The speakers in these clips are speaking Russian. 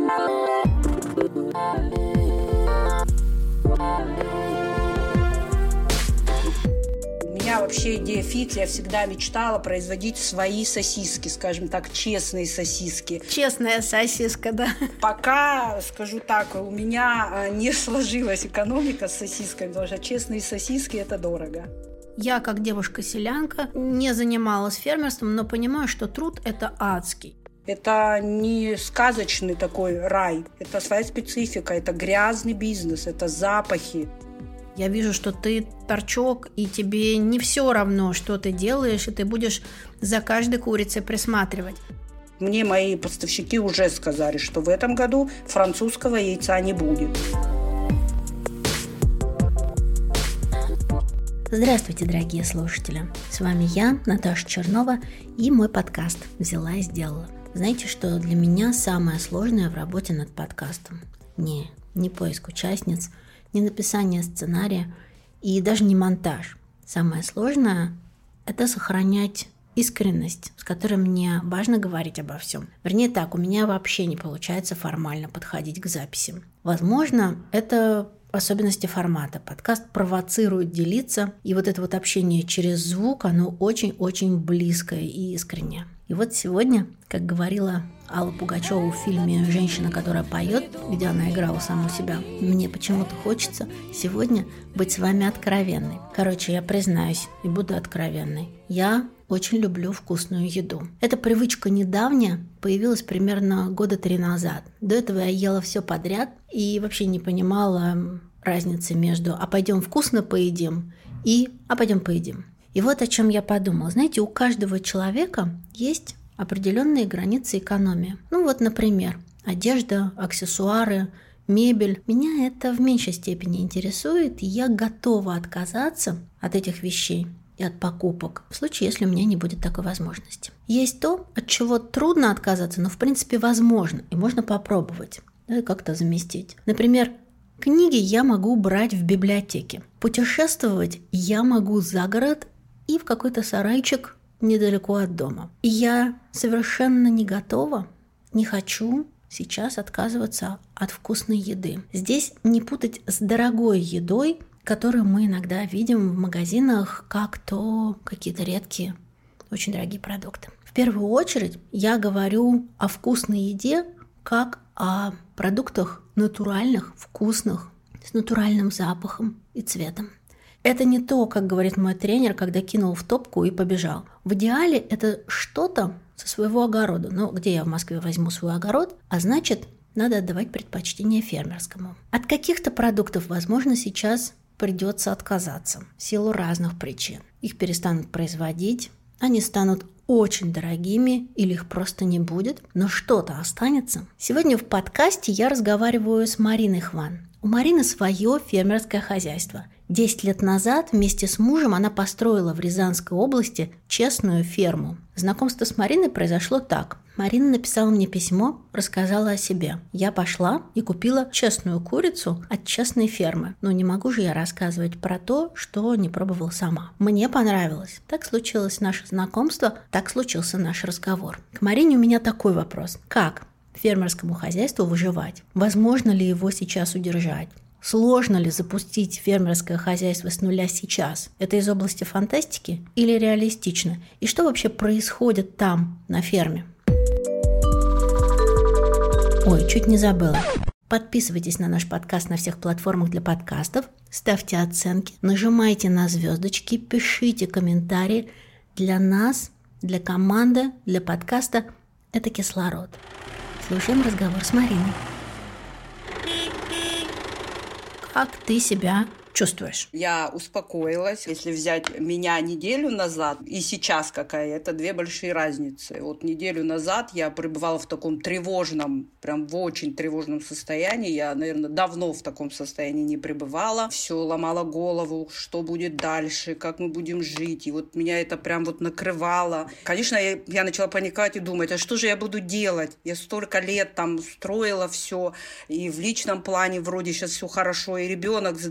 У меня вообще идея фикс, я всегда мечтала производить свои сосиски, скажем так, честные сосиски. Честная сосиска, да. Пока, скажу так, у меня не сложилась экономика с сосисками, потому что честные сосиски – это дорого. Я, как девушка-селянка, не занималась фермерством, но понимаю, что труд – это адский. Это не сказочный такой рай, это своя специфика, это грязный бизнес, это запахи. Я вижу, что ты торчок, и тебе не все равно, что ты делаешь, и ты будешь за каждой курицей присматривать. Мне мои поставщики уже сказали, что в этом году французского яйца не будет. Здравствуйте, дорогие слушатели! С вами я, Наташа Чернова, и мой подкаст «Взяла и сделала». Знаете, что для меня самое сложное в работе над подкастом? Не поиск участниц, не написание сценария и даже не монтаж. Самое сложное – это сохранять искренность, с которой мне важно говорить обо всем. Вернее так, у меня вообще не получается формально подходить к записям. Возможно, это особенности формата. Подкаст провоцирует делиться, и вот это вот общение через звук, оно очень-очень близкое и искреннее. И вот сегодня, как говорила Алла Пугачева в фильме «Женщина, которая поет», где она играла саму себя, мне почему-то хочется сегодня быть с вами откровенной. Короче, я признаюсь и буду откровенной. Я очень люблю вкусную еду. Эта привычка недавняя, появилась примерно 3 года назад. До этого я ела все подряд и вообще не понимала разницы между «а пойдем вкусно поедим» и «а пойдем поедим». И вот о чем я подумала. Знаете, у каждого человека есть определенные границы экономии. Ну вот, например, одежда, аксессуары, мебель. Меня это в меньшей степени интересует, и я готова отказаться от этих вещей и от покупок в случае, если у меня не будет такой возможности. Есть то, от чего трудно отказаться, но в принципе возможно, и можно попробовать, да, как-то заместить. Например, книги я могу брать в библиотеке. Путешествовать я могу за город и в какой-то сарайчик недалеко от дома. И я совершенно не готова, не хочу сейчас отказываться от вкусной еды. Здесь не путать с дорогой едой, которую мы иногда видим в магазинах, как то какие-то редкие, очень дорогие продукты. В первую очередь я говорю о вкусной еде как о продуктах натуральных, вкусных, с натуральным запахом и цветом. Это не то, как говорит мой тренер, когда кинул в топку и побежал. В идеале это что-то со своего огорода. Но где я в Москве возьму свой огород? А значит, надо отдавать предпочтение фермерскому. От каких-то продуктов, возможно, сейчас придется отказаться в силу разных причин. Их перестанут производить, они станут очень дорогими или их просто не будет, но что-то останется. Сегодня в подкасте я разговариваю с Мариной Хван. У Марины свое фермерское хозяйство. 10 лет назад вместе с мужем она построила в Рязанской области честную ферму. Знакомство с Мариной произошло так. Марина написала мне письмо, рассказала о себе. Я пошла и купила честную курицу от честной фермы. Но не могу же я рассказывать про то, что не пробовала сама. Мне понравилось. Так случилось наше знакомство, так случился наш разговор. К Марине у меня такой вопрос. Как фермерскому хозяйству выживать? Возможно ли его сейчас удержать? Сложно ли запустить фермерское хозяйство с нуля сейчас? Это из области фантастики или реалистично? И что вообще происходит там, на ферме? Ой, чуть не забыла. Подписывайтесь на наш подкаст на всех платформах для подкастов, ставьте оценки, нажимайте на звездочки, пишите комментарии. Для нас, для команды, для подкаста это кислород. Слушаем разговор с Мариной. Как ты себя чувствуешь? Я успокоилась. Если взять меня неделю назад и сейчас какая, это 2 большие разницы. Вот неделю назад я пребывала в таком тревожном, прям в очень тревожном состоянии. Я, наверное, давно в таком состоянии не пребывала. Все ломала голову, что будет дальше, как мы будем жить. И вот меня это прям вот накрывало. Конечно, я начала паниковать и думать, а что же я буду делать? Я столько лет там строила все, и в личном плане вроде сейчас все хорошо, и ребенок здоров.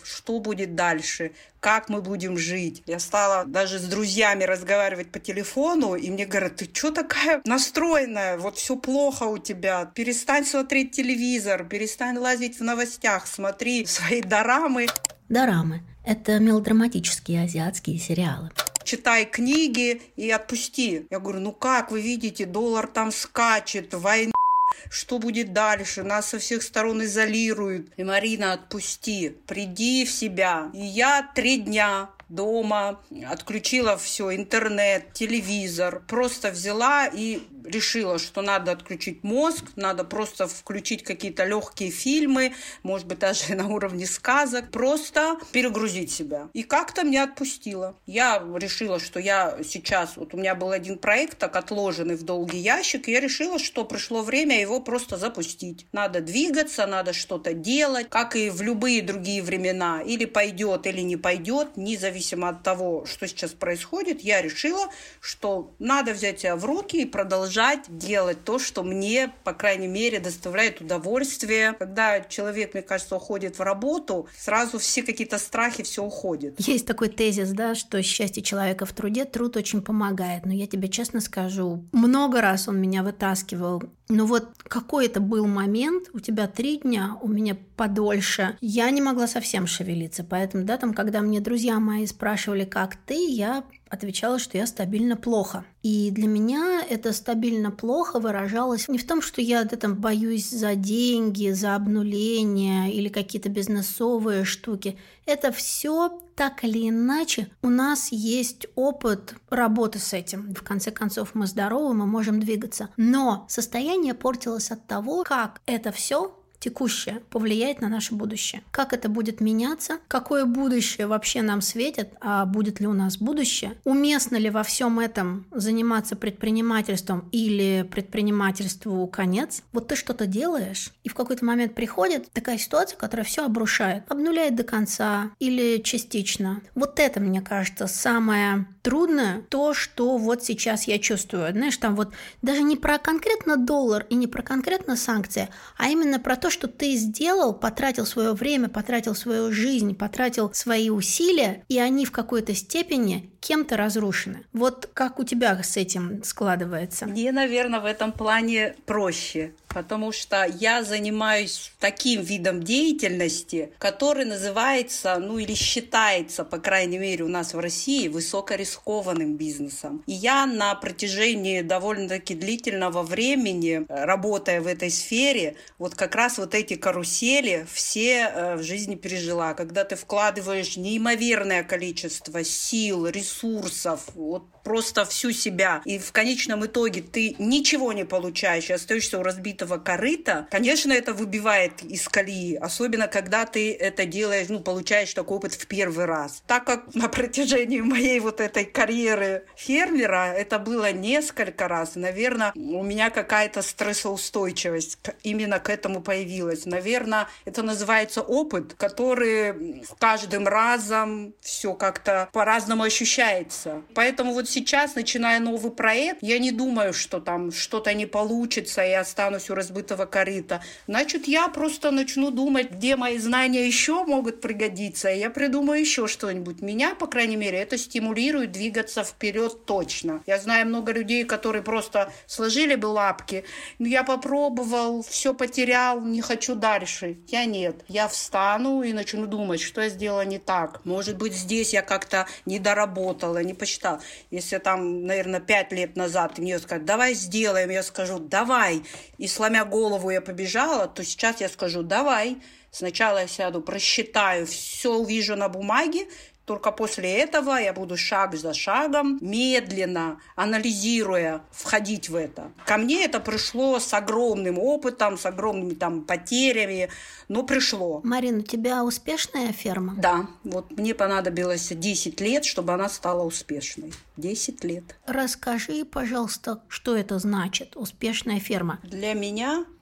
что будет дальше, как мы будем жить. Я стала даже с друзьями разговаривать по телефону, и мне говорят, ты что такая настроенная, вот все плохо у тебя, перестань смотреть телевизор, перестань лазить в новостях, смотри свои дорамы. Дорамы – это мелодраматические азиатские сериалы. Читай книги и отпусти. Я говорю, ну как, вы видите, доллар там скачет, война, что будет дальше? Нас со всех сторон изолируют. И Марина, отпусти, приди в себя. И я 3 дня дома, отключила все, интернет, телевизор, просто взяла и решила, что надо отключить мозг, надо просто включить какие-то легкие фильмы, может быть, даже на уровне сказок, просто перегрузить себя. И как-то меня отпустило. Я решила, что я сейчас, вот у меня был один проект, так отложенный в долгий ящик, и я решила, что пришло время его просто запустить. Надо двигаться, надо что-то делать, как и в любые другие времена. Или пойдет, или не пойдет, независимо от того, что сейчас происходит, я решила, что надо взять себя в руки и продолжать делать то, что мне, по крайней мере, доставляет удовольствие. Когда человек, мне кажется, уходит в работу, сразу все какие-то страхи, все уходит. Есть такой тезис, да, что счастье человека в труде, труд очень помогает. Но я тебе честно скажу, много раз он меня вытаскивал. Но вот какой это был момент, у тебя 3 дня, у меня подольше. Я не могла совсем шевелиться, поэтому, да, там, когда мне друзья мои спрашивали, как ты, я отвечала, что я стабильно плохо. И для меня это стабильно плохо выражалось не в том, что я там боюсь за деньги, за обнуление или какие-то бизнесовые штуки. Это все так или иначе у нас есть опыт работы с этим. В конце концов, мы здоровы, мы можем двигаться. Но состояние портилось от того, как это все текущее повлияет на наше будущее. Как это будет меняться, какое будущее вообще нам светит, а будет ли у нас будущее, уместно ли во всем этом заниматься предпринимательством или предпринимательству конец. Вот ты что-то делаешь, и в какой-то момент приходит такая ситуация, которая все обрушает, обнуляет до конца или частично. Вот это, мне кажется, самое трудное, то, что вот сейчас я чувствую. Знаешь, там вот даже не про конкретно доллар и не про конкретно санкции, а именно про то, что ты сделал, потратил свое время, потратил свою жизнь, потратил свои усилия, и они в какой-то степени кем-то разрушены. Вот как у тебя с этим складывается? Мне, наверное, в этом плане проще, потому что я занимаюсь таким видом деятельности, который называется, ну или считается, по крайней мере, у нас в России высокорискованным бизнесом. И я на протяжении довольно-таки длительного времени, работая в этой сфере, вот как раз вот эти карусели все в жизни пережила. Когда ты вкладываешь неимоверное количество сил, ресурсов, вот просто всю себя, и в конечном итоге ты ничего не получаешь и остаешься у разбитого корыта, конечно, это выбивает из колеи, особенно когда ты это делаешь, получаешь такой опыт в первый раз. Так как на протяжении моей вот этой карьеры фермера это было несколько раз, наверное, у меня какая-то стрессоустойчивость именно к этому появилась. Наверное, это называется опыт, который с каждым разом все как-то по-разному ощущается. Поэтому вот сейчас, начиная новый проект, я не думаю, что там что-то не получится и останусь у разбитого корыта. Значит, я просто начну думать, где мои знания еще могут пригодиться, и я придумаю еще что-нибудь. Меня, по крайней мере, это стимулирует двигаться вперед точно. Я знаю много людей, которые просто сложили бы лапки. Я попробовал, все потерял, не хочу дальше. Я нет. Я встану и начну думать, что я сделала не так. Может быть, здесь я как-то не доработала, не посчитала. Если там, наверное, 5 лет назад мне сказать, давай сделаем, я скажу, давай. И сломя голову я побежала, то сейчас я скажу, давай. Сначала я сяду, просчитаю, все увижу на бумаге, только после этого я буду шаг за шагом, медленно, анализируя, входить в это. Ко мне это пришло с огромным опытом, с огромными потерями, но пришло. Марина, у тебя успешная ферма? Да, вот мне понадобилось 10 лет, чтобы она стала успешной. 10 лет. Расскажи, пожалуйста, что это значит, успешная ферма? Для меня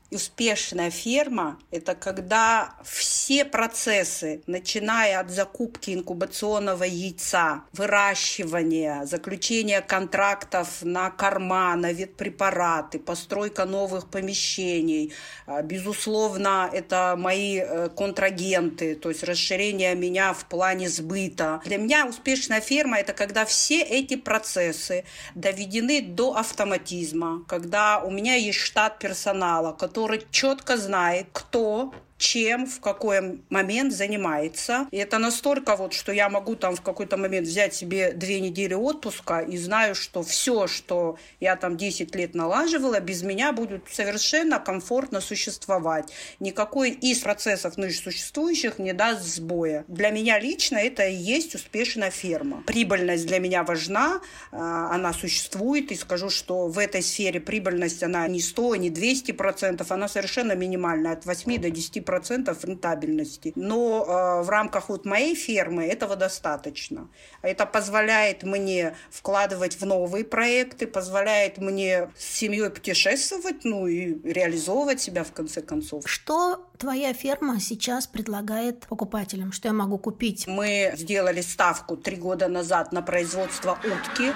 Успешная ферма – это когда все процессы, начиная от закупки инкубационного яйца, выращивания, заключения контрактов на корма, на ветпрепараты, постройка новых помещений, безусловно, это мои контрагенты, то есть расширение меня в плане сбыта. Для меня успешная ферма – это когда все эти процессы доведены до автоматизма, когда у меня есть штат персонала, который четко знает, кто чем, в какой момент занимается. И это настолько что я могу там в какой-то момент взять себе 2 недели отпуска и знаю, что все, что я там 10 лет налаживала, без меня будет совершенно комфортно существовать. Никакой из процессов ныне существующих не даст сбоя. Для меня лично это и есть успешная ферма. Прибыльность для меня важна, она существует, и скажу, что в этой сфере прибыльность, она не 100, не 200%, она совершенно минимальная, от 8 до 10% рентабельности. Но в рамках моей фермы этого достаточно. Это позволяет мне вкладывать в новые проекты, позволяет мне с семьей путешествовать, и реализовывать себя в конце концов. Что твоя ферма сейчас предлагает покупателям? Что я могу купить? Мы сделали ставку 3 года назад на производство утки.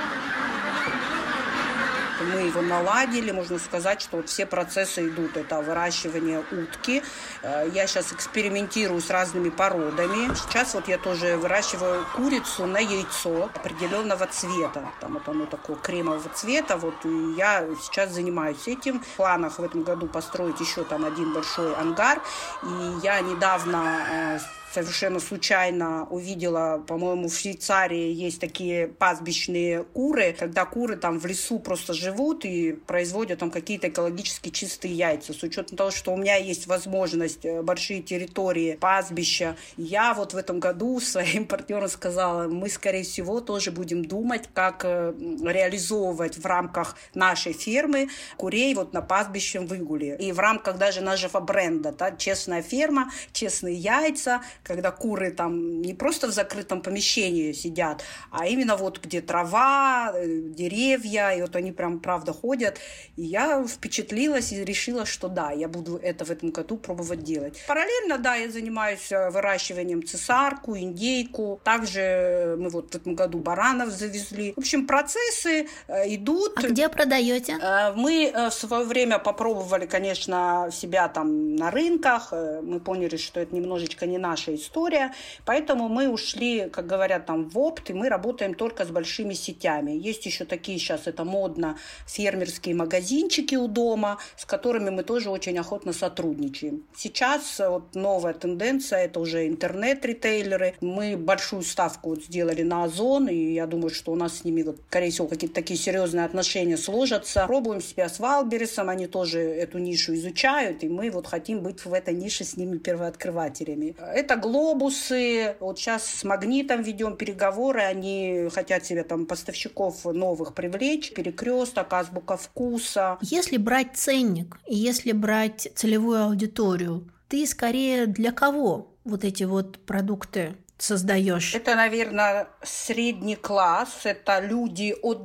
Мы его наладили, можно сказать, что все процессы идут. Это выращивание утки. Я сейчас экспериментирую с разными породами. Сейчас я тоже выращиваю курицу на яйцо определенного цвета. Там оно такого кремового цвета. И я сейчас занимаюсь этим. В планах в этом году построить еще там один большой ангар. И я недавно совершенно случайно увидела, по-моему, в Швейцарии есть такие пастбищные куры, когда куры там в лесу просто живут и производят там какие-то экологически чистые яйца. С учетом того, что у меня есть возможность, большие территории, пастбища, я в этом году своим партнерам сказала, мы, скорее всего, тоже будем думать, как реализовывать в рамках нашей фермы курей на пастбищем выгуле. И в рамках даже нашего бренда, честная ферма, честные яйца, когда куры там не просто в закрытом помещении сидят, а именно где трава, деревья, и они прям правда ходят. И я впечатлилась и решила, что да, я буду это в этом году пробовать делать. Параллельно, да, я занимаюсь выращиванием цесарку, индейку. Также мы в этом году баранов завезли. В общем, процессы идут. А где продаете? Мы в свое время попробовали, конечно, себя там на рынках. Мы поняли, что это немножечко не наша история, поэтому мы ушли, как говорят, в опт, и мы работаем только с большими сетями. Есть еще такие сейчас, это модно, фермерские магазинчики у дома, с которыми мы тоже очень охотно сотрудничаем. Сейчас новая тенденция, это уже интернет-ритейлеры. Мы большую ставку сделали на Озон, и я думаю, что у нас с ними, скорее всего, какие-то такие серьезные отношения сложатся. Пробуем себя с Вайлдберрисом, они тоже эту нишу изучают, и мы хотим быть в этой нише с ними первооткрывателями. Это глобусы. Сейчас с Магнитом ведем переговоры. Они хотят себе поставщиков новых привлечь. Перекресток, азбука вкуса. Если брать ценник и если брать целевую аудиторию, ты скорее для кого эти продукты создаешь? Это, наверное, средний класс. Это люди от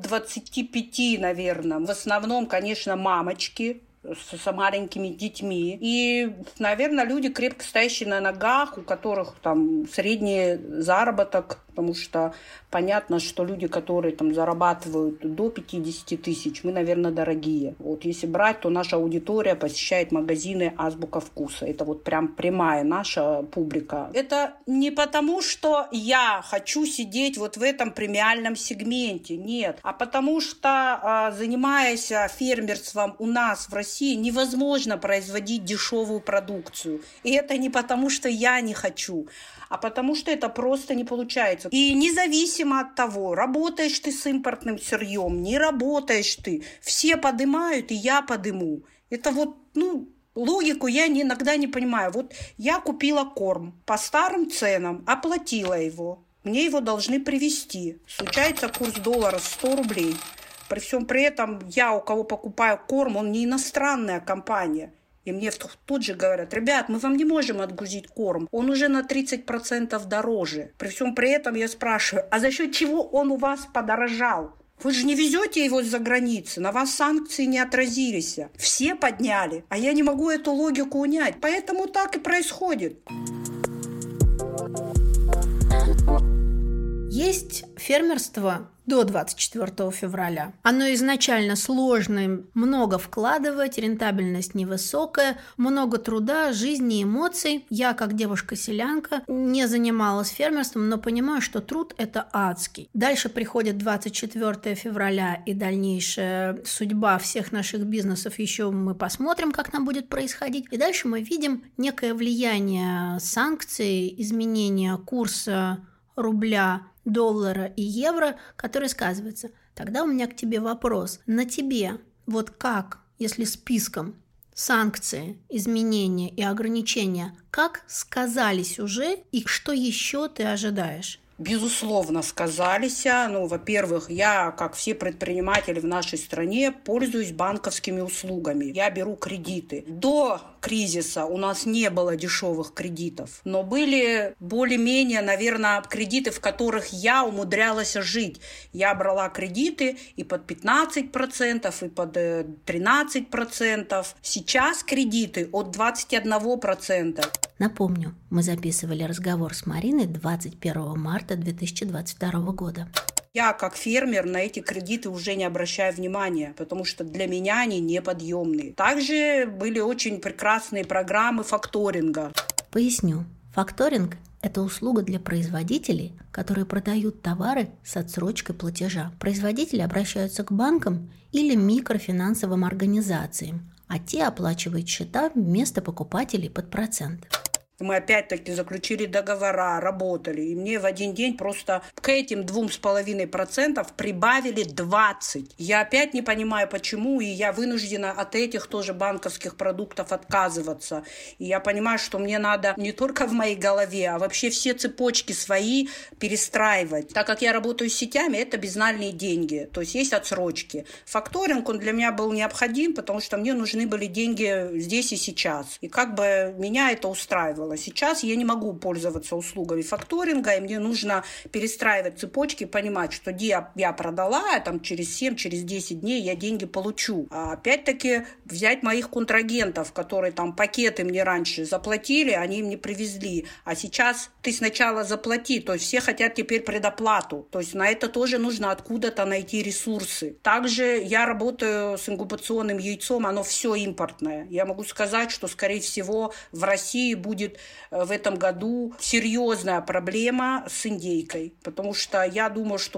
25, наверное. В основном, конечно, мамочки с маленькими детьми. И, наверное, люди, крепко стоящие на ногах, у которых средний заработок, потому что понятно, что люди, которые зарабатывают до 50 тысяч, мы, наверное, дорогие. Если брать, то наша аудитория посещает магазины «Азбука вкуса». Это прям прямая наша публика. Это не потому, что я хочу сидеть в этом премиальном сегменте, нет, а потому что, занимаясь фермерством у нас в России, невозможно производить дешевую продукцию. И это не потому, что я не хочу, а потому что это просто не получается. И независимо от того, работаешь ты с импортным сырьем, не работаешь ты, все поднимают, и я подыму. Это логику я иногда не понимаю. Я купила корм по старым ценам, оплатила его, мне его должны привезти. Случается курс доллара 100 рублей. При всем при этом я, у кого покупаю корм, он не иностранная компания. И мне тут же говорят, ребят, мы вам не можем отгрузить корм, он уже на 30% дороже. При всем при этом я спрашиваю, а за счет чего он у вас подорожал? Вы же не везете его из-за границы, на вас санкции не отразились. Все подняли, а я не могу эту логику унять. Поэтому так и происходит. Есть фермерство до 24 февраля. Оно изначально сложное, много вкладывать, рентабельность невысокая, много труда, жизни, эмоций. Я, как девушка-селянка, не занималась фермерством, но понимаю, что труд – это адский. Дальше приходит 24 февраля и дальнейшая судьба всех наших бизнесов. Еще мы посмотрим, как нам будет происходить. И дальше мы видим некое влияние санкций, изменения курса рубля, доллара и евро, который сказывается. Тогда у меня к тебе вопрос. На тебе вот как, если списком санкции, изменения и ограничения, как сказались уже и что еще ты ожидаешь? Безусловно, сказались. Во-первых, я, как все предприниматели в нашей стране, пользуюсь банковскими услугами. Я беру кредиты. До кризиса у нас не было дешевых кредитов, но были более-менее, наверное, кредиты, в которых я умудрялась жить. Я брала кредиты и под 15%, и под 13%. Сейчас кредиты от 21%. Напомню, мы записывали разговор с Мариной 21 марта 2022 года. Я, как фермер, на эти кредиты уже не обращаю внимания, потому что для меня они неподъемные. Также были очень прекрасные программы факторинга. Поясню. Факторинг – это услуга для производителей, которые продают товары с отсрочкой платежа. Производители обращаются к банкам или микрофинансовым организациям, а те оплачивают счета вместо покупателей под процент. Мы опять-таки заключили договора, работали. И мне в один день просто к этим 2,5% прибавили 20. Я опять не понимаю, почему. И я вынуждена от этих тоже банковских продуктов отказываться. И я понимаю, что мне надо не только в моей голове, а вообще все цепочки свои перестраивать. Так как я работаю с сетями, это безнальные деньги. То есть отсрочки. Факторинг, он для меня был необходим, потому что мне нужны были деньги здесь и сейчас. И как бы меня это устраивало. Сейчас я не могу пользоваться услугами факторинга, и мне нужно перестраивать цепочки, понимать, что я продала, а там через 7, через 10 дней я деньги получу. А опять-таки взять моих контрагентов, которые там пакеты мне раньше заплатили, они им не привезли. А сейчас ты сначала заплати, то есть все хотят теперь предоплату. То есть на это тоже нужно откуда-то найти ресурсы. Также я работаю с инкубационным яйцом, оно все импортное. Я могу сказать, что, скорее всего, в России будет в этом году серьезная проблема с индейкой, потому что я думаю, что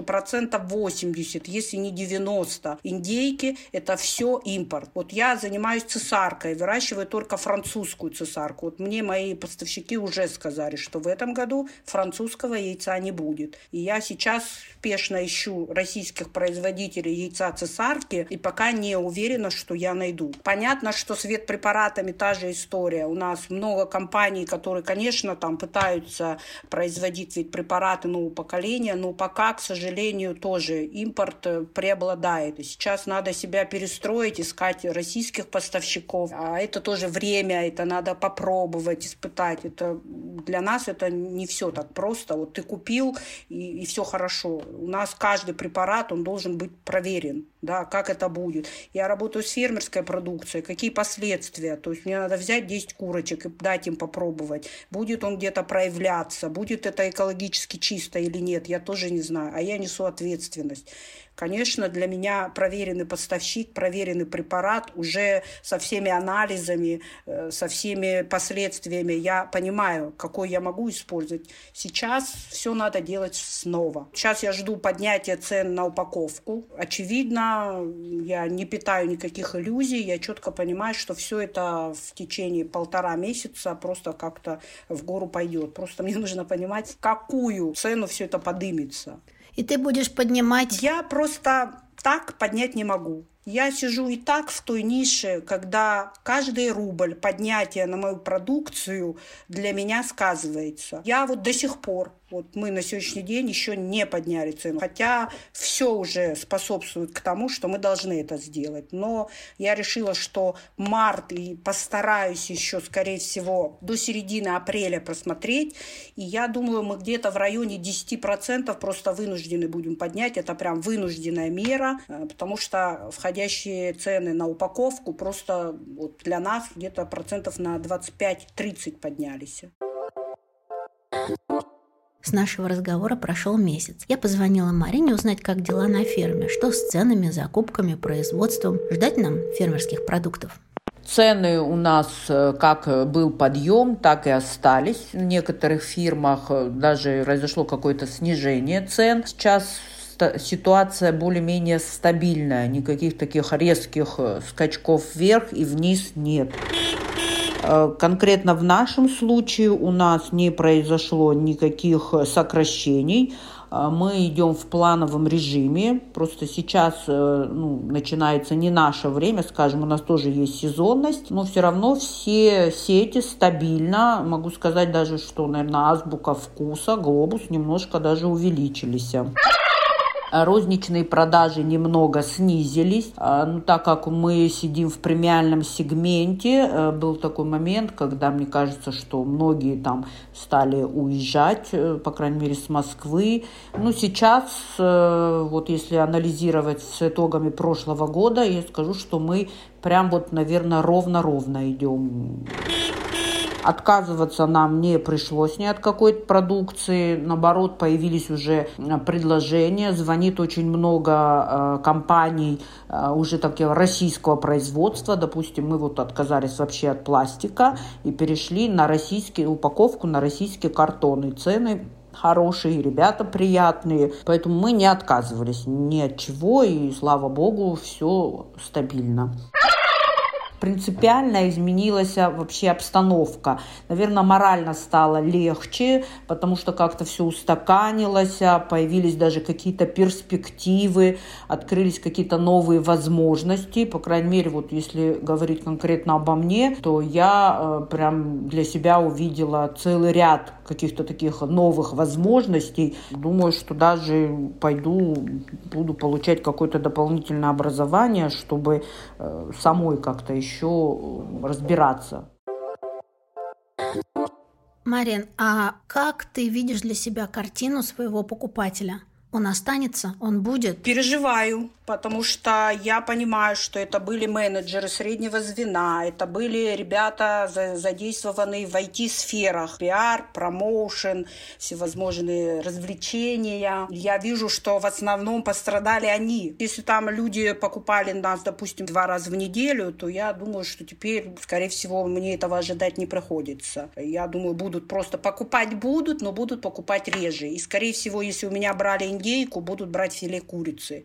80%, если не 90%, индейки – это все импорт. Вот я занимаюсь цесаркой, выращиваю только французскую цесарку. Вот мне мои поставщики уже сказали, что в этом году французского яйца не будет. И я сейчас спешно ищу российских производителей яйца цесарки, и пока не уверена, что я найду. Понятно, что с ветпрепаратами та же история. У нас много компаний, которые, конечно, там пытаются производить ведь препараты нового поколения, но пока, к сожалению, тоже импорт преобладает. И сейчас надо себя перестроить, искать российских поставщиков. А это тоже время, это надо попробовать, испытать. Это для нас это не все так просто. Вот ты купил, и все хорошо. У нас каждый препарат, он должен быть проверен, да, как это будет. Я работаю с фермерской продукцией, какие последствия. То есть мне надо взять 10 курочек и дать им попробовать. Будет он где-то проявляться, будет это экологически чисто или нет, я тоже не знаю, а я несу ответственность. Конечно, для меня проверенный поставщик, проверенный препарат уже со всеми анализами, со всеми последствиями. Я понимаю, какой я могу использовать. Сейчас все надо делать снова. Сейчас я жду поднятия цен на упаковку. Очевидно, я не питаю никаких иллюзий. Я четко понимаю, что все это в течение 1,5 месяца просто как-то в гору пойдет. Просто мне нужно понимать, в какую цену все это подымется. И ты будешь поднимать... Я просто так поднять не могу. Я сижу и так в той нише, когда каждый рубль поднятия на мою продукцию для меня сказывается. Я вот до сих пор, мы на сегодняшний день еще не подняли цену, хотя все уже способствует к тому, что мы должны это сделать. Но я решила, что март и постараюсь еще, скорее всего, до середины апреля просмотреть. И я думаю, мы где-то в районе 10% просто вынуждены будем поднять. Это прям вынужденная мера, потому что входящие цены на упаковку просто для нас где-то процентов на 25-30 поднялись. С нашего разговора прошел месяц. Я позвонила Марине узнать, как дела на ферме, что с ценами, закупками, производством. Ждать нам фермерских продуктов. Цены у нас как был подъем, так и остались. В некоторых фирмах даже произошло какое-то снижение цен. Сейчас ситуация более-менее стабильная. Никаких таких резких скачков вверх и вниз нет. Конкретно в нашем случае у нас не произошло никаких сокращений. Мы идем в плановом режиме. Просто сейчас начинается не наше время, скажем, у нас тоже есть сезонность, но все равно все сети стабильно. Могу сказать даже, что, наверное, азбука вкуса, Глобус немножко даже увеличились. Розничные продажи немного снизились, так как мы сидим в премиальном сегменте. Был такой момент, когда, мне кажется, что многие там стали уезжать, по крайней мере, с Москвы. Сейчас, если анализировать с итогами прошлого года, я скажу, что мы прям наверное, ровно-ровно идем. Отказываться нам не пришлось ни от какой-то продукции. Наоборот, появились уже предложения. Звонит очень много компаний уже такого российского производства. Допустим, мы отказались вообще от пластика и перешли на упаковку на российский картон. И цены хорошие, ребята приятные. Поэтому мы не отказывались ни от чего. И, слава богу, все стабильно. Принципиально изменилась вообще обстановка. Наверное, морально стало легче, потому что как-то все устаканилось, появились даже какие-то перспективы, открылись какие-то новые возможности. По крайней мере, если говорить конкретно обо мне, то я прям для себя увидела целый ряд каких-то таких новых возможностей. Думаю, что даже буду получать какое-то дополнительное образование, чтобы самой как-то еще разбираться. Марин, а как ты видишь для себя картину своего покупателя? Он останется? Он будет? Переживаю, потому что я понимаю, что это были менеджеры среднего звена, это были ребята, задействованные в IT-сферах, пиар, промоушен, всевозможные развлечения. Я вижу, что в основном пострадали они. Если там люди покупали нас, допустим, 2 раза в неделю, то я думаю, что теперь, скорее всего, мне этого ожидать не приходится. Я думаю, будут покупать, но будут покупать реже. И, скорее всего, если у меня брали индейку, будут брать филе курицы.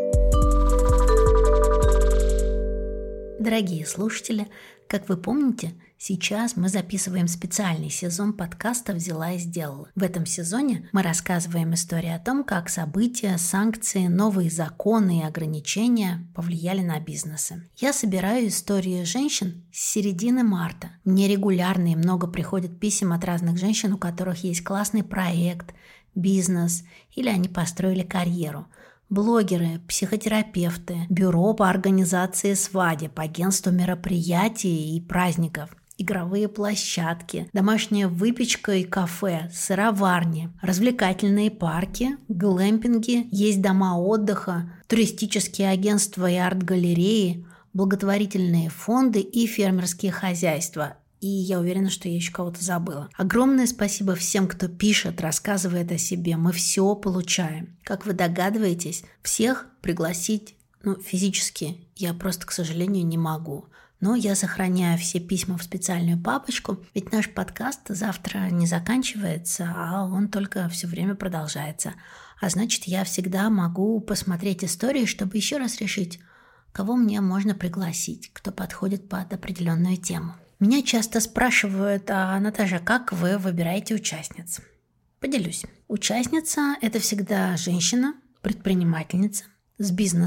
Дорогие слушатели, как вы помните, сейчас мы записываем специальный сезон подкаста «Взяла и сделала». В этом сезоне мы рассказываем истории о том, как события, санкции, новые законы и ограничения повлияли на бизнесы. Я собираю истории женщин с середины марта. Мне регулярно и много приходит писем от разных женщин, у которых есть классный проект, бизнес или они построили карьеру. Блогеры, психотерапевты, бюро по организации свадеб, агентство мероприятий и праздников, игровые площадки, домашняя выпечка и кафе, сыроварни, развлекательные парки, глэмпинги, есть дома отдыха, туристические агентства и арт-галереи, благотворительные фонды и фермерские хозяйства. И я уверена, что я еще кого-то забыла. Огромное спасибо всем, кто пишет, рассказывает о себе. Мы все получаем. Как вы догадываетесь, всех пригласить физически я просто, к сожалению, не могу. Но я сохраняю все письма в специальную папочку, ведь наш подкаст завтра не заканчивается, а он только все время продолжается. А значит, я всегда могу посмотреть истории, чтобы еще раз решить, кого мне можно пригласить, кто подходит под определенную тему. Меня часто спрашивают: Наташа, как вы выбираете участниц? Поделюсь. Участница – это всегда женщина, предпринимательница, с бизнесом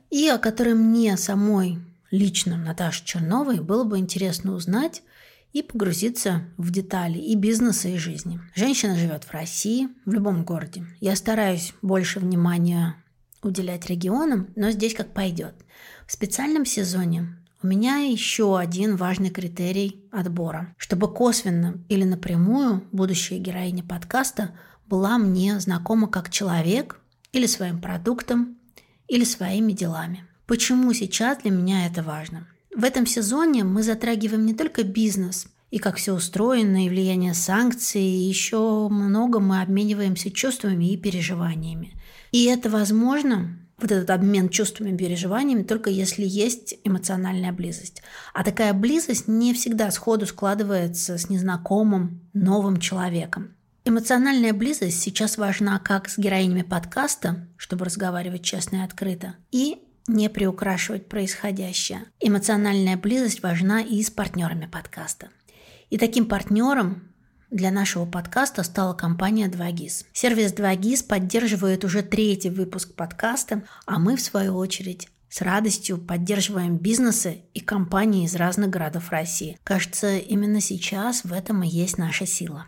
и о которой мне самой, лично Наташе Черновой, было бы интересно узнать и погрузиться в детали и бизнеса, и жизни. Женщина живет в России, в любом городе. Я стараюсь больше внимания уделять регионам, но здесь как пойдет. В специальном сезоне у меня еще один важный критерий отбора. Чтобы косвенно или напрямую будущая героиня подкаста была мне знакома как человек или своим продуктом, или своими делами. Почему сейчас для меня это важно? В этом сезоне мы затрагиваем не только бизнес и как все устроено, и влияние санкций, и еще много мы обмениваемся чувствами и переживаниями. И это возможно, вот этот обмен чувствами и переживаниями, только если есть эмоциональная близость. А такая близость не всегда сходу складывается с незнакомым, новым человеком. Эмоциональная близость сейчас важна как с героинями подкаста, чтобы разговаривать честно и открыто, и не приукрашивать происходящее. Эмоциональная близость важна и с партнерами подкаста. И таким партнером для нашего подкаста стала компания 2GIS. Сервис 2GIS поддерживает уже 3-й выпуск подкаста, а мы, в свою очередь, с радостью поддерживаем бизнесы и компании из разных городов России. Кажется, именно сейчас в этом и есть наша сила.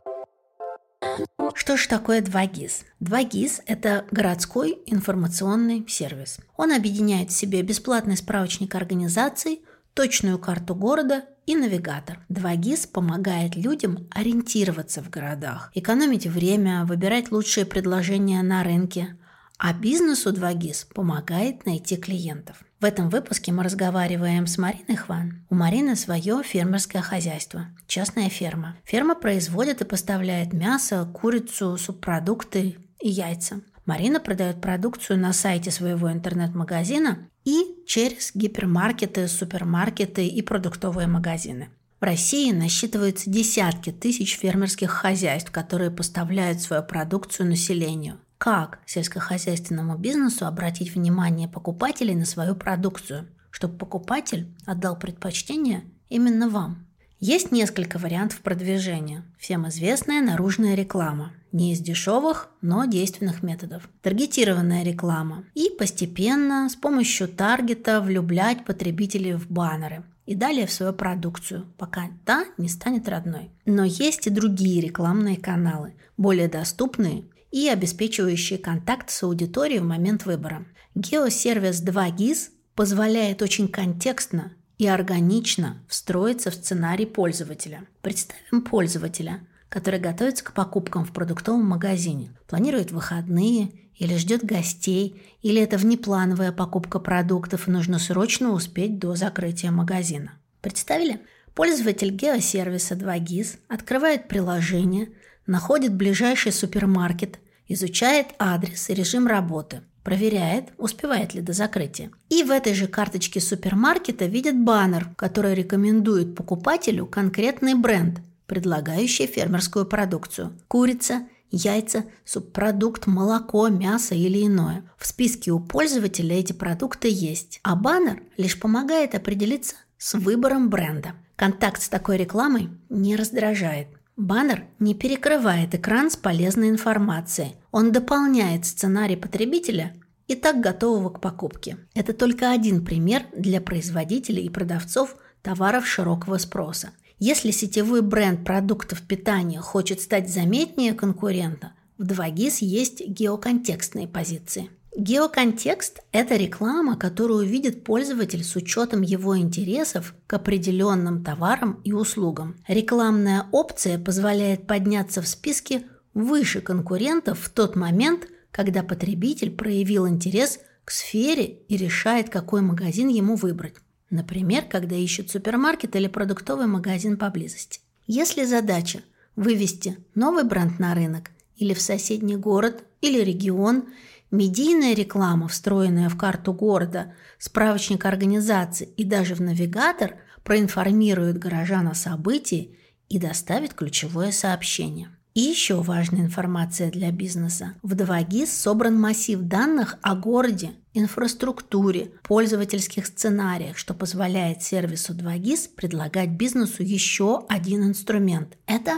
Что же такое 2GIS? 2GIS – это городской информационный сервис. Он объединяет в себе бесплатный справочник организаций, точную карту города и навигатор. 2GIS помогает людям ориентироваться в городах, экономить время, выбирать лучшие предложения на рынке, а бизнесу 2GIS помогает найти клиентов. В этом выпуске мы разговариваем с Мариной Хван. У Марины свое фермерское хозяйство, частная ферма. Ферма производит и поставляет мясо, курицу, субпродукты и яйца. Марина продает продукцию на сайте своего интернет-магазина и через гипермаркеты, супермаркеты и продуктовые магазины. В России насчитывается десятки тысяч фермерских хозяйств, которые поставляют свою продукцию населению. Как сельскохозяйственному бизнесу обратить внимание покупателей на свою продукцию, чтобы покупатель отдал предпочтение именно вам? Есть несколько вариантов продвижения. Всем известная наружная реклама. Не из дешевых, но действенных методов. Таргетированная реклама. И постепенно с помощью таргета влюблять потребителей в баннеры. И далее в свою продукцию, пока та не станет родной. Но есть и другие рекламные каналы, более доступные и обеспечивающие контакт с аудиторией в момент выбора. Геосервис 2GIS позволяет очень контекстно и органично встроиться в сценарий пользователя. Представим пользователя, который готовится к покупкам в продуктовом магазине, планирует выходные или ждет гостей, или это внеплановая покупка продуктов и нужно срочно успеть до закрытия магазина. Представили? Пользователь геосервиса 2GIS открывает приложение, находит ближайший супермаркет, изучает адрес и режим работы, проверяет, успевает ли до закрытия. И в этой же карточке супермаркета видит баннер, который рекомендует покупателю конкретный бренд, предлагающий фермерскую продукцию – курица, яйца, субпродукт, молоко, мясо или иное. В списке у пользователя эти продукты есть, а баннер лишь помогает определиться с выбором бренда. Контакт с такой рекламой не раздражает. Баннер не перекрывает экран с полезной информацией. Он дополняет сценарий потребителя и так готового к покупке. Это только один пример для производителей и продавцов товаров широкого спроса. Если сетевой бренд продуктов питания хочет стать заметнее конкурента, в 2GIS есть геоконтекстные позиции. Геоконтекст – это реклама, которую видит пользователь с учетом его интересов к определенным товарам и услугам. Рекламная опция позволяет подняться в списке выше конкурентов в тот момент, когда потребитель проявил интерес к сфере и решает, какой магазин ему выбрать. Например, когда ищет супермаркет или продуктовый магазин поблизости. Если задача – вывести новый бренд на рынок или в соседний город или регион, медийная реклама, встроенная в карту города, справочник организации и даже в навигатор, проинформирует горожан о событии и доставит ключевое сообщение. И еще важная информация для бизнеса. В 2GIS собран массив данных о городе, инфраструктуре, пользовательских сценариях, что позволяет сервису 2GIS предлагать бизнесу еще один инструмент. Это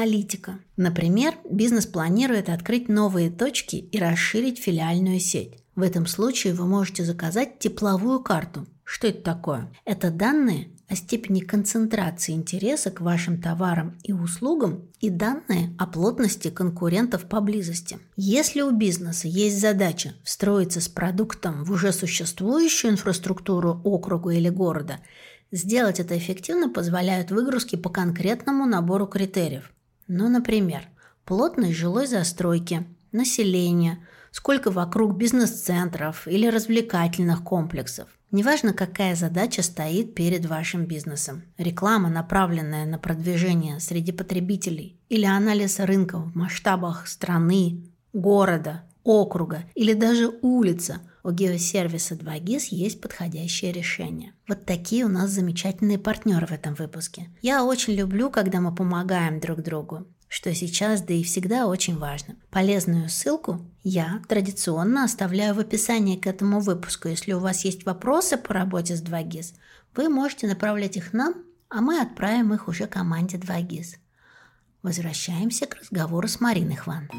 геоаналитика. Например, бизнес планирует открыть новые точки и расширить филиальную сеть. В этом случае вы можете заказать тепловую карту. Что это такое? Это данные о степени концентрации интереса к вашим товарам и услугам и данные о плотности конкурентов поблизости. Если у бизнеса есть задача встроиться с продуктом в уже существующую инфраструктуру округа или города, сделать это эффективно позволяют выгрузки по конкретному набору критериев. Ну, например, плотность жилой застройки, населения, сколько вокруг бизнес-центров или развлекательных комплексов. Неважно, какая задача стоит перед вашим бизнесом. Реклама, направленная на продвижение среди потребителей, или анализ рынка в масштабах страны, города, округа или даже улицы. У геосервиса 2GIS есть подходящее решение. Вот такие у нас замечательные партнеры в этом выпуске. Я очень люблю, когда мы помогаем друг другу, что сейчас, да и всегда очень важно. Полезную ссылку я традиционно оставляю в описании к этому выпуску. Если у вас есть вопросы по работе с 2GIS, вы можете направлять их нам, а мы отправим их уже команде 2GIS. Возвращаемся к разговору с Мариной Хван.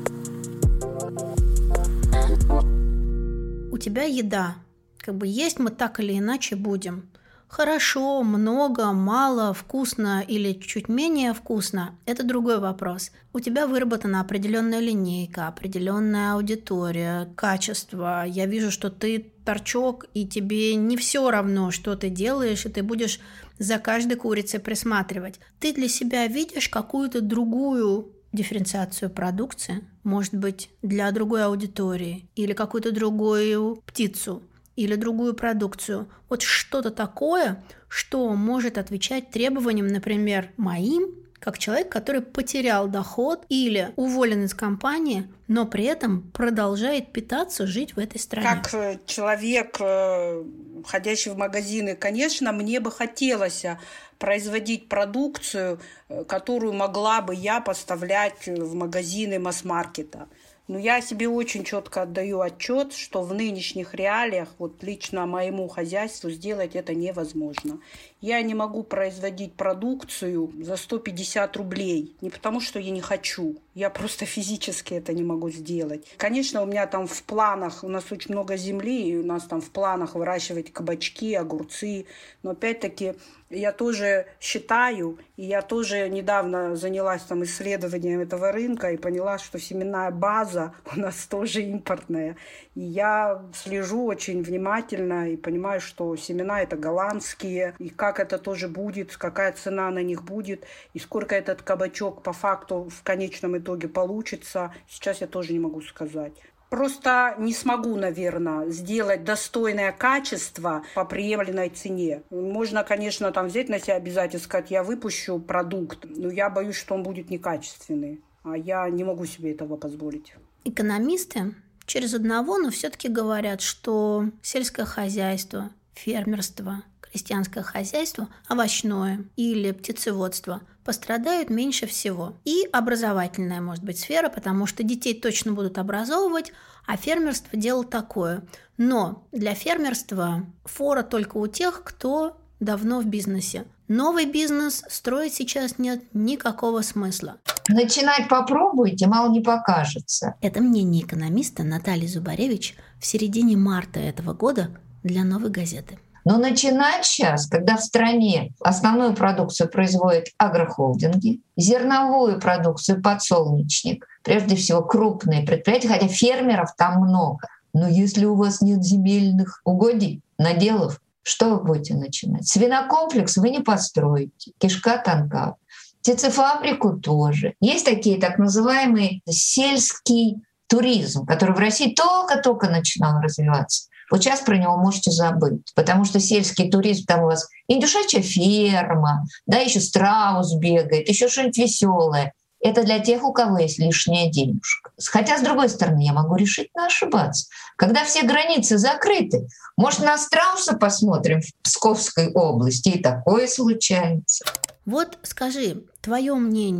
У тебя еда. Есть мы так или иначе будем. Хорошо, много, мало, вкусно или чуть менее вкусно – это другой вопрос. У тебя выработана определенная линейка, определенная аудитория, качество. Я вижу, что ты торчок, и тебе не все равно, что ты делаешь, и ты будешь за каждой курицей присматривать. Ты для себя видишь какую-то другую дифференциацию продукции, может быть, для другой аудитории или какую-то другую птицу, или другую продукцию. Вот что-то такое, что может отвечать требованиям, например, моим, как человек, который потерял доход или уволен из компании, но при этом продолжает питаться, жить в этой стране. Как человек, ходящий в магазины, конечно, мне бы хотелось производить продукцию, которую могла бы я поставлять в магазины масс-маркета. Но я себе очень четко отдаю отчет, что в нынешних реалиях лично моему хозяйству сделать это невозможно. Я не могу производить продукцию за 150 рублей. Не потому, что я не хочу. Я просто физически это не могу сделать. Конечно, у меня там в планах, у нас очень много земли, и у нас там в планах выращивать кабачки, огурцы. Но опять-таки я тоже считаю, и я тоже недавно занялась исследованием этого рынка и поняла, что семенная база у нас тоже импортная. И я слежу очень внимательно и понимаю, что семена это голландские, и как это тоже будет, какая цена на них будет, и сколько этот кабачок по факту в конечном итоге получится, сейчас я тоже не могу сказать. Просто не смогу, наверное, сделать достойное качество по приемлемой цене. Можно, конечно, взять на себя обязательно, сказать, я выпущу продукт, но я боюсь, что он будет некачественный, а я не могу себе этого позволить. Экономисты через одного, но все-таки говорят, что сельское хозяйство, фермерство, крестьянское хозяйство, овощное или птицеводство пострадают меньше всего. И образовательная, может быть, сфера, потому что детей точно будут образовывать, а фермерство – дело такое. Но для фермерства фора только у тех, кто давно в бизнесе. Новый бизнес строить сейчас нет никакого смысла. Начинать попробуйте, мало не покажется. Это мнение экономиста Натальи Зубаревич в середине марта этого года для «Новой газеты». Но начинать сейчас, когда в стране основную продукцию производят агрохолдинги, зерновую продукцию подсолнечник, прежде всего крупные предприятия, хотя фермеров там много. Но если у вас нет земельных угодий, наделов, что вы будете начинать? Свинокомплекс вы не построите, кишка тонка. Птицефабрику тоже. Есть такие так называемый сельский туризм, который в России только-только начинал развиваться. Вот сейчас про него можете забыть, потому что сельский туризм, там у вас индюшачья ферма, да, еще страус бегает, еще что-нибудь веселое. Это для тех, у кого есть лишняя денежка. Хотя, с другой стороны, я могу решительно ошибаться. Когда все границы закрыты, может, на страуса посмотрим в Псковской области, и такое случается. Вот скажи, твое мнение,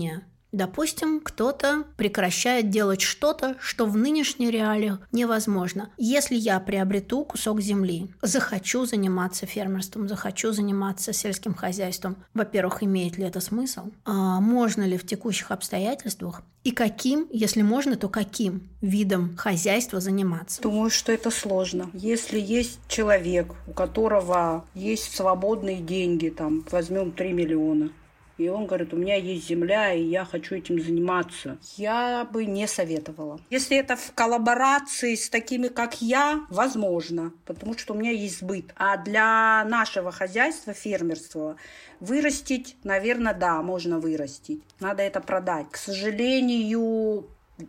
Допустим, кто-то прекращает делать что-то, что в нынешних реалиях невозможно. Если я приобрету кусок земли, захочу заниматься фермерством, захочу заниматься сельским хозяйством, во-первых, имеет ли это смысл? Можно ли в текущих обстоятельствах? И каким, если можно, то каким видом хозяйства заниматься? Думаю, что это сложно. Если есть человек, у которого есть свободные деньги, там, возьмем 3 миллиона, и он говорит, у меня есть земля, и я хочу этим заниматься, я бы не советовала. Если это в коллаборации с такими, как я, возможно, потому что у меня есть сбыт. А для нашего хозяйства, фермерства, вырастить, наверное, да, можно вырастить. Надо это продать. К сожалению,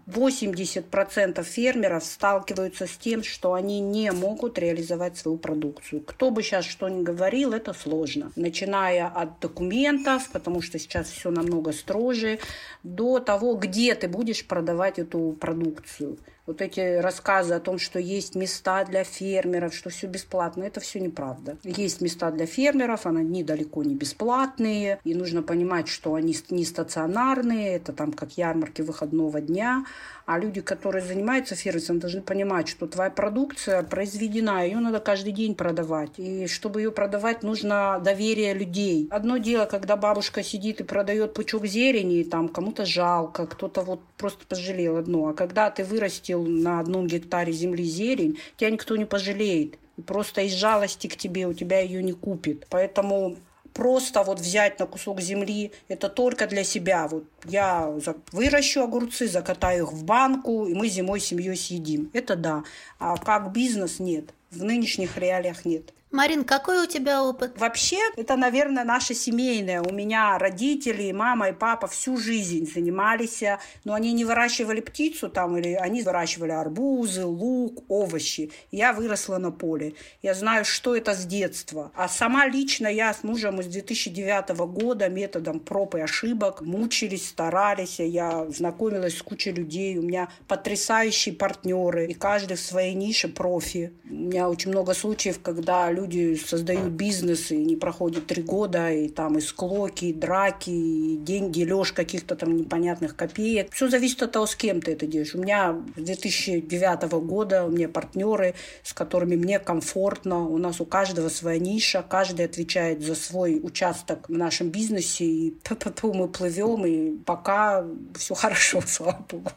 80% фермеров сталкиваются с тем, что они не могут реализовать свою продукцию. Кто бы сейчас что ни говорил, это сложно. Начиная от документов, потому что сейчас все намного строже, до того, где ты будешь продавать эту продукцию. Вот эти рассказы о том, что есть места для фермеров, что все бесплатно, это все неправда. Есть места для фермеров, они далеко не бесплатные, и нужно понимать, что они не стационарные, это там как ярмарки выходного дня. А люди, которые занимаются фермерством, должны понимать, что твоя продукция произведена, ее надо каждый день продавать. И чтобы ее продавать, нужно доверие людей. Одно дело, когда бабушка сидит и продает пучок зелени, и там кому-то жалко, кто-то вот просто пожалел одно. А когда ты вырастил на 1 гектаре земли зелень, тебя никто не пожалеет. И просто из жалости к тебе у тебя ее не купит. Поэтому просто вот взять на кусок земли, это только для себя. Вот я выращу огурцы, закатаю их в банку, и мы зимой с семьей съедим. Это да. А как бизнес — нет. В нынешних реалиях нет. Марин, какой у тебя опыт? Вообще, это, наверное, наше семейное. У меня родители, мама и папа всю жизнь занимались, но они не выращивали птицу там, или они выращивали арбузы, лук, овощи. Я выросла на поле. Я знаю, что это с детства. А сама лично я с мужем с 2009 года методом проб и ошибок мучились, старались. Я знакомилась с кучей людей. У меня потрясающие партнеры, и каждый в своей нише профи. У меня очень много случаев, когда люди создают бизнес, и не проходит 3 года, и там и склоки, и драки, и деньги, лёж каких-то там непонятных копеек. Все зависит от того, с кем ты это делаешь. У меня с 2009 года у меня партнеры, с которыми мне комфортно. У нас у каждого своя ниша, каждый отвечает за свой участок в нашем бизнесе, и мы плывем, и пока все хорошо, слава богу.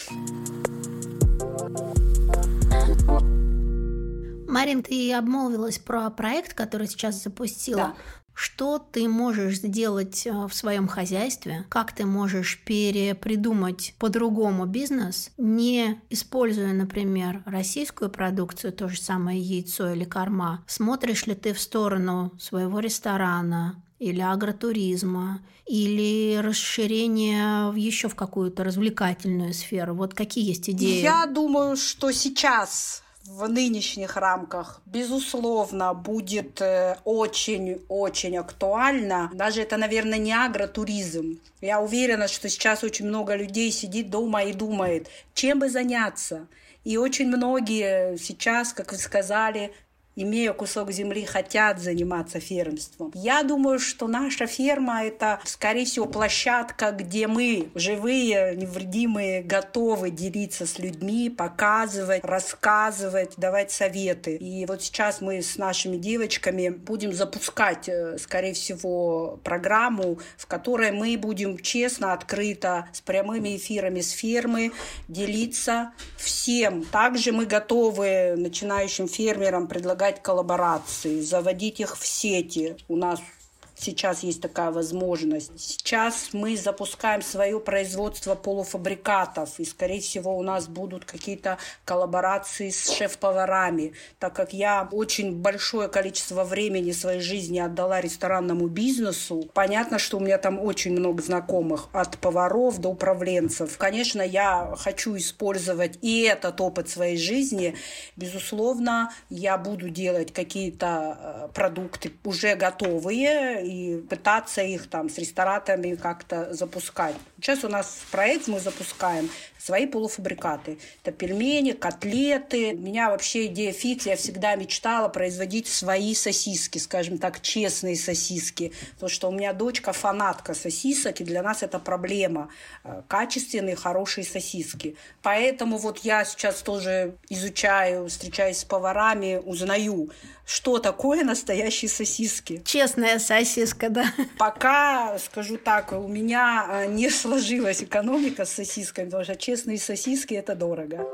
Марин, ты обмолвилась про проект, который сейчас запустила. Да. Что ты можешь сделать в своем хозяйстве? Как ты можешь перепридумать по-другому бизнес, не используя, например, российскую продукцию, то же самое яйцо или корма? Смотришь ли ты в сторону своего ресторана или агротуризма, или расширение еще в какую-то развлекательную сферу? Вот какие есть идеи? Я думаю, что сейчас в нынешних рамках, безусловно, будет очень-очень актуально. Даже это, наверное, не агротуризм. Я уверена, что сейчас очень много людей сидит дома и думает, чем бы заняться. И очень многие сейчас, как вы сказали, имея кусок земли, хотят заниматься фермерством. Я думаю, что наша ферма — это, скорее всего, площадка, где мы, живые, невредимые, готовы делиться с людьми, показывать, рассказывать, давать советы. И вот сейчас мы с нашими девочками будем запускать, скорее всего, программу, в которой мы будем честно, открыто, с прямыми эфирами с фермы делиться всем. Также мы готовы начинающим фермерам предлагать коллаборации, заводить их в сети. У нас сейчас есть такая возможность. Сейчас мы запускаем свое производство полуфабрикатов, и, скорее всего, у нас будут какие-то коллаборации с шеф-поварами, так как я очень большое количество времени своей жизни отдала ресторанному бизнесу. Понятно, что у меня там очень много знакомых, от поваров до управленцев. Конечно, я хочу использовать и этот опыт своей жизни. Безусловно, я буду делать какие-то продукты уже готовые, и пытаться их там с ресторанами как-то запускать. Сейчас у нас проект, мы запускаем свои полуфабрикаты. Это пельмени, котлеты. У меня вообще идея фикс. Я всегда мечтала производить свои сосиски, скажем так, честные сосиски. Потому что у меня дочка фанатка сосисок, и для нас это проблема. Качественные, хорошие сосиски. Поэтому вот я сейчас тоже изучаю, встречаюсь с поварами, узнаю, что такое настоящие сосиски. Честная сосиска, да. Пока, скажу так, у меня не сложилась экономика с сосисками, потому что честные сосиски – это дорого.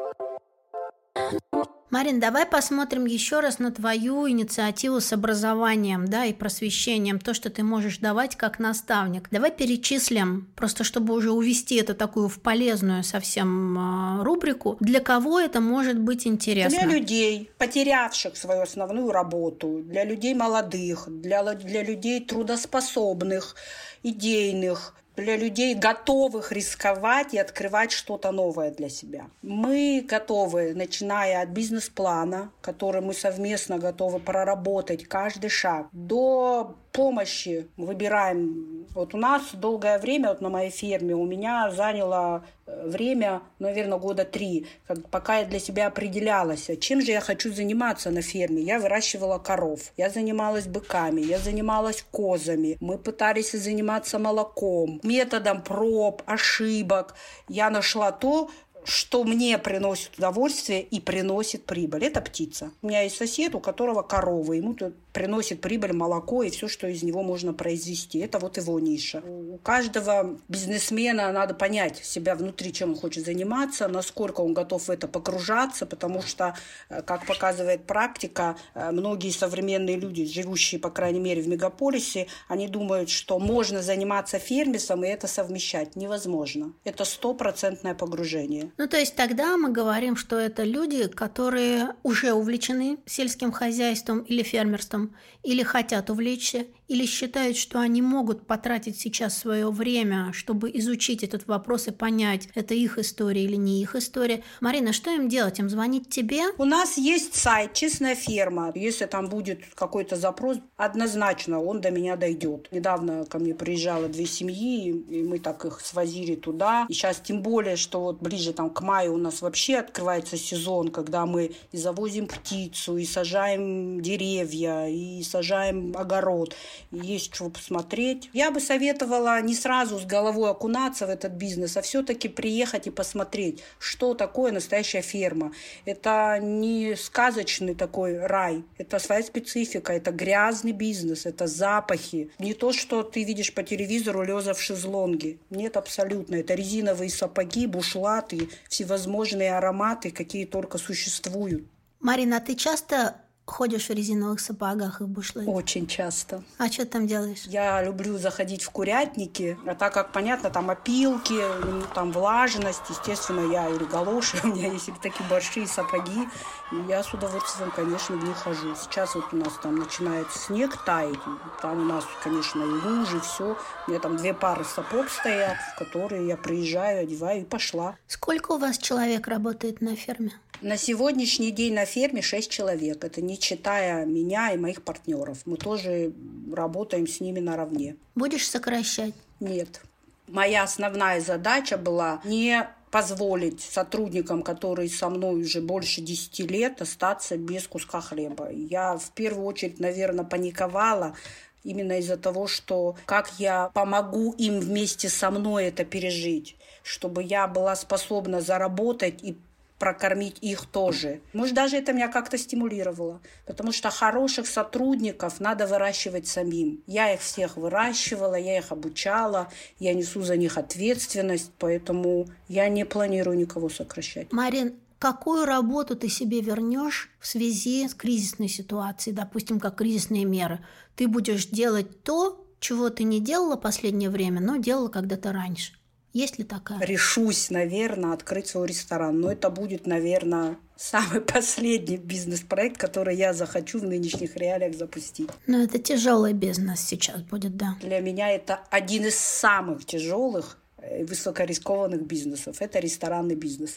Марин, давай посмотрим еще раз на твою инициативу с образованием, да, и просвещением, то, что ты можешь давать как наставник. Давай перечислим, просто чтобы уже увести это такую в полезную совсем рубрику, для кого это может быть интересно. Для людей, потерявших свою основную работу, для людей молодых, для людей трудоспособных, идейных, для людей, готовых рисковать и открывать что-то новое для себя. Мы готовы, начиная от бизнес-плана, который мы совместно готовы проработать, каждый шаг, до помощи. Выбираем. Вот у нас долгое время, вот на моей ферме, у меня заняло время, наверное, 3 года, пока я для себя определялась, чем же я хочу заниматься на ферме. Я выращивала коров, я занималась быками, я занималась козами. Мы пытались заниматься молоком, методом проб, ошибок. Я нашла то, что мне приносит удовольствие и приносит прибыль. Это птица. У меня есть сосед, у которого коровы. Ему тут приносит прибыль молоко и все, что из него можно произвести. Это вот его ниша. У каждого бизнесмена надо понять себя внутри, чем он хочет заниматься, насколько он готов в это погружаться, потому что, как показывает практика, многие современные люди, живущие, по крайней мере, в мегаполисе, они думают, что можно заниматься фермерством и это совмещать. Невозможно. Это 100% погружение. Ну, то есть тогда мы говорим, что это люди, которые уже увлечены сельским хозяйством или фермерством, или хотят увлечься, или считают, что они могут потратить сейчас свое время, чтобы изучить этот вопрос и понять, это их история или не их история. Марина, что им делать? Им звонить тебе? У нас есть сайт «Честная ферма». Если там будет какой-то запрос, однозначно он до меня дойдет. Недавно ко мне приезжало 2 семьи, и мы так их свозили туда. И сейчас тем более, что вот ближе там к маю у нас вообще открывается сезон, когда мы и завозим птицу, и сажаем деревья, и сажаем огород. И есть чего посмотреть. Я бы советовала не сразу с головой окунаться в этот бизнес, а все-таки приехать и посмотреть, что такое настоящая ферма. Это не сказочный такой рай. Это своя специфика, это грязный бизнес, это запахи. Не то, что ты видишь по телевизору, леза в шезлонге. Нет, абсолютно. Это резиновые сапоги, бушлаты, всевозможные ароматы, какие только существуют. Марина, а ты часто ходишь в резиновых сапогах и в бушлате? Очень часто. А что ты там делаешь? Я люблю заходить в курятники, а так как, понятно, там опилки, там влажность, естественно, я или галоши, у меня есть такие большие сапоги, и я с удовольствием, конечно, в них хожу. Сейчас вот у нас там начинает снег таять, там у нас, конечно, и лужи, все. У меня там 2 пары сапог стоят, в которые я приезжаю, одеваю и пошла. Сколько у вас человек работает на ферме? На сегодняшний день на ферме 6 человек. Это не считая меня и моих партнеров. Мы тоже работаем с ними наравне. Будешь сокращать? Нет. Моя основная задача была не позволить сотрудникам, которые со мной уже больше 10 лет, остаться без куска хлеба. Я в первую очередь, наверное, паниковала именно из-за того, что как я помогу им вместе со мной это пережить, чтобы я была способна заработать и прокормить их тоже. Может, даже это меня как-то стимулировало, потому что хороших сотрудников надо выращивать самим. Я их всех выращивала, я их обучала, я несу за них ответственность, поэтому я не планирую никого сокращать. Марин, какую работу ты себе вернешь в связи с кризисной ситуацией, допустим, как кризисные меры? Ты будешь делать то, чего ты не делала в последнее время, но делала когда-то раньше. Есть ли такая? Решусь, наверное, открыть свой ресторан. Но это будет, наверное, самый последний бизнес-проект, который я захочу в нынешних реалиях запустить. Но это тяжелый бизнес сейчас будет, да. Для меня это один из самых тяжелых и высокорискованных бизнесов. Это ресторанный бизнес.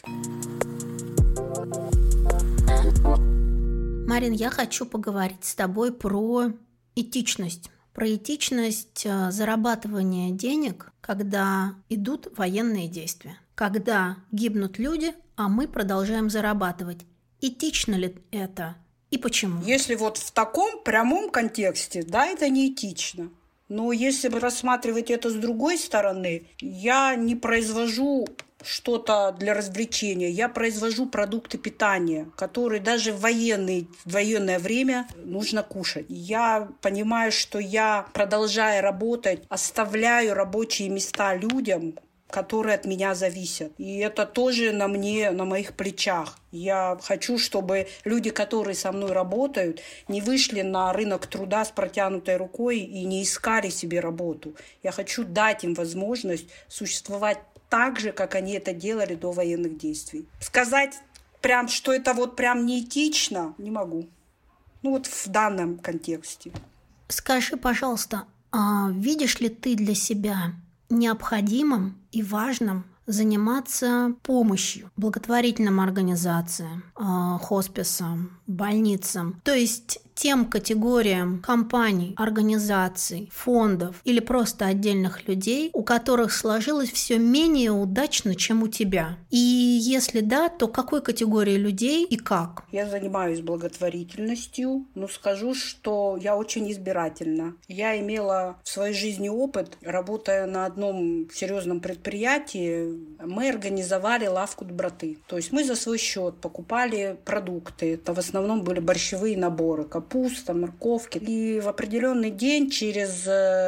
Марин, я хочу поговорить с тобой про этичность. про этичность зарабатывания денег, когда идут военные действия, когда гибнут люди, а мы продолжаем зарабатывать. Этично ли это и почему? Если вот в таком прямом контексте, да, это не этично. Но если бы рассматривать это с другой стороны, я не произвожу что-то для развлечения, я произвожу продукты питания, которые даже в военное время нужно кушать. Я понимаю, что я, продолжая работать, оставляю рабочие места людям, которые от меня зависят. И это тоже на мне, на моих плечах. Я хочу, чтобы люди, которые со мной работают, не вышли на рынок труда с протянутой рукой и не искали себе работу. Я хочу дать им возможность существовать так же, как они это делали до военных действий. Сказать прям, что это вот прям неэтично, не могу. Ну вот в данном контексте. Скажи, пожалуйста, а видишь ли ты для себя необходимым и важным заниматься помощью благотворительным организациям, хосписам, больницам, то есть тем категориям компаний, организаций, фондов или просто отдельных людей, у которых сложилось все менее удачно, чем у тебя? И если да, то какой категории людей и как? Я занимаюсь благотворительностью, но скажу, что я очень избирательна. Я имела в своей жизни опыт, работая на одном серьезном предприятии, мы организовали лавку доброты. То есть мы за свой счет покупали продукты. Это в основном были борщевые наборы, капуста, морковки. И в определенный день через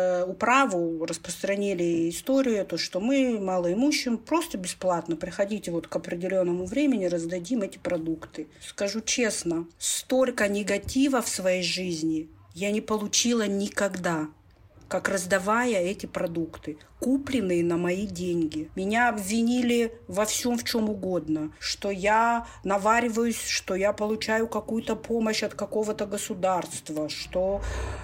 управу распространили историю, то, что мы, малоимущим, просто бесплатно приходите вот к определенному времени, раздадим эти продукты. Скажу честно, столько негатива в своей жизни я не получила никогда, как раздавая эти продукты, купленные на мои деньги. Меня обвинили во всем, в чем угодно, что я навариваюсь, что я получаю какую-то помощь от какого-то государства, что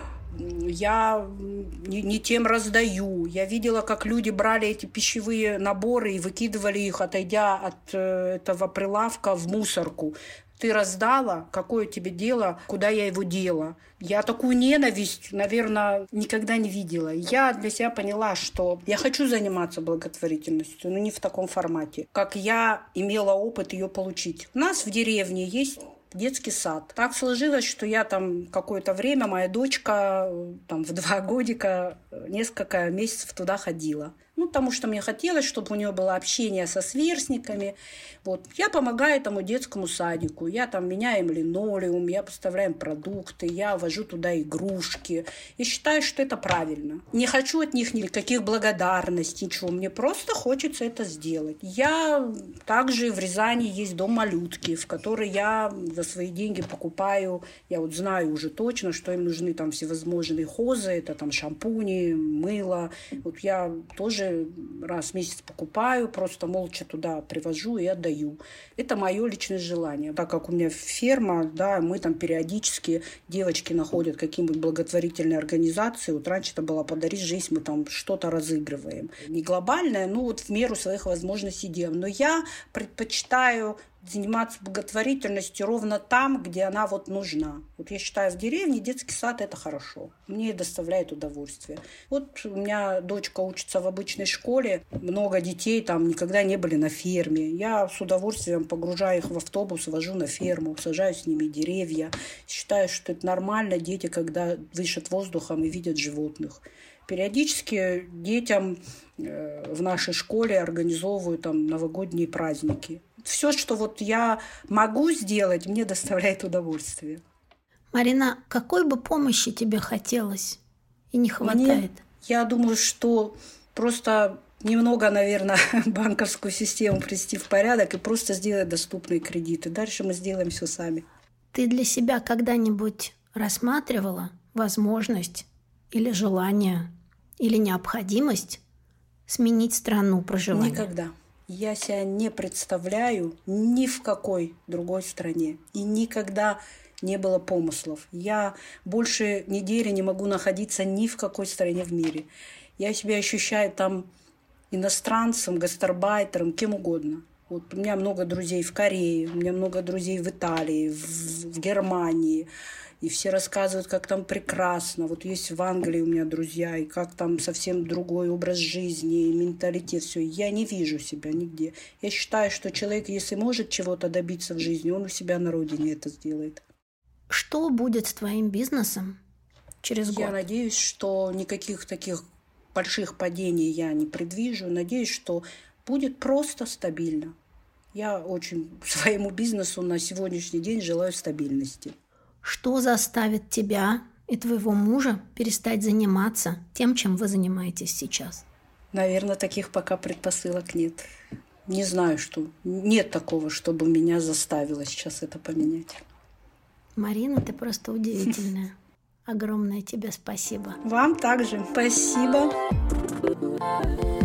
я не тем раздаю. Я видела, как люди брали эти пищевые наборы и выкидывали их, отойдя от этого прилавка, в мусорку. Ты раздала, какое тебе дело, куда я его дела? Я такую ненависть, наверное, никогда не видела. Я для себя поняла, что я хочу заниматься благотворительностью, но не в таком формате, как я имела опыт ее получить. У нас в деревне есть детский сад. Так сложилось, что я там какое-то время, моя дочка там в 2 годика несколько месяцев туда ходила. Ну, потому что мне хотелось, чтобы у нее было общение со сверстниками. Вот. Я помогаю этому детскому садику. Я там меняю им линолеум, я поставляю им продукты, я вожу туда игрушки. И считаю, что это правильно. Не хочу от них никаких благодарностей, ничего. Мне просто хочется это сделать. Я также в Рязани есть дом малютки, в который я за свои деньги покупаю. Я вот знаю уже точно, что им нужны там всевозможные хозы. Это там шампуни, мыло. Вот я тоже раз в месяц покупаю, просто молча туда привожу и отдаю. Это мое личное желание. Так как у меня ферма, да, мы там периодически, девочки находят какие-нибудь благотворительные организации. Вот раньше это было «Подари жизнь», мы там что-то разыгрываем. Не глобальное, но вот в меру своих возможностей делаем. Но я предпочитаю заниматься благотворительностью ровно там, где она вот нужна. Вот я считаю, в деревне детский сад – это хорошо. Мне доставляет удовольствие. Вот у меня дочка учится в обычной школе, много детей там никогда не были на ферме. Я с удовольствием погружаю их в автобус, вожу на ферму, сажаю с ними деревья. Считаю, что это нормально, дети, когда дышат воздухом и видят животных. Периодически детям в нашей школе организовывают там новогодние праздники. Все, что вот я могу сделать, мне доставляет удовольствие. Марина, какой бы помощи тебе хотелось и не хватает? Я думаю, что просто немного, наверное, банковскую систему привести в порядок и просто сделать доступные кредиты. Дальше мы сделаем все сами. Ты для себя когда-нибудь рассматривала возможность или желание, или необходимость сменить страну проживания? Никогда. Я себя не представляю ни в какой другой стране. И никогда не было помыслов. Я больше недели не могу находиться ни в какой стране в мире. Я себя ощущаю там иностранцем, гастарбайтером, кем угодно. Вот у меня много друзей в Корее, у меня много друзей в Италии, в Германии. и все рассказывают, как там прекрасно. Вот есть в Англии у меня друзья, и как там совсем другой образ жизни, и менталитет, все. Я не вижу себя нигде. Я считаю, что человек, если может чего-то добиться в жизни, он у себя на родине это сделает. Что будет с твоим бизнесом через год? Я надеюсь, что никаких таких больших падений я не предвижу. Надеюсь, что будет просто стабильно. Я очень своему бизнесу на сегодняшний день желаю стабильности. Что заставит тебя и твоего мужа перестать заниматься тем, чем вы занимаетесь сейчас? Наверное, таких пока предпосылок нет. Не знаю, что. Нет такого, чтобы меня заставило сейчас это поменять. Марина, ты просто удивительная. Огромное тебе спасибо. Вам также. Спасибо.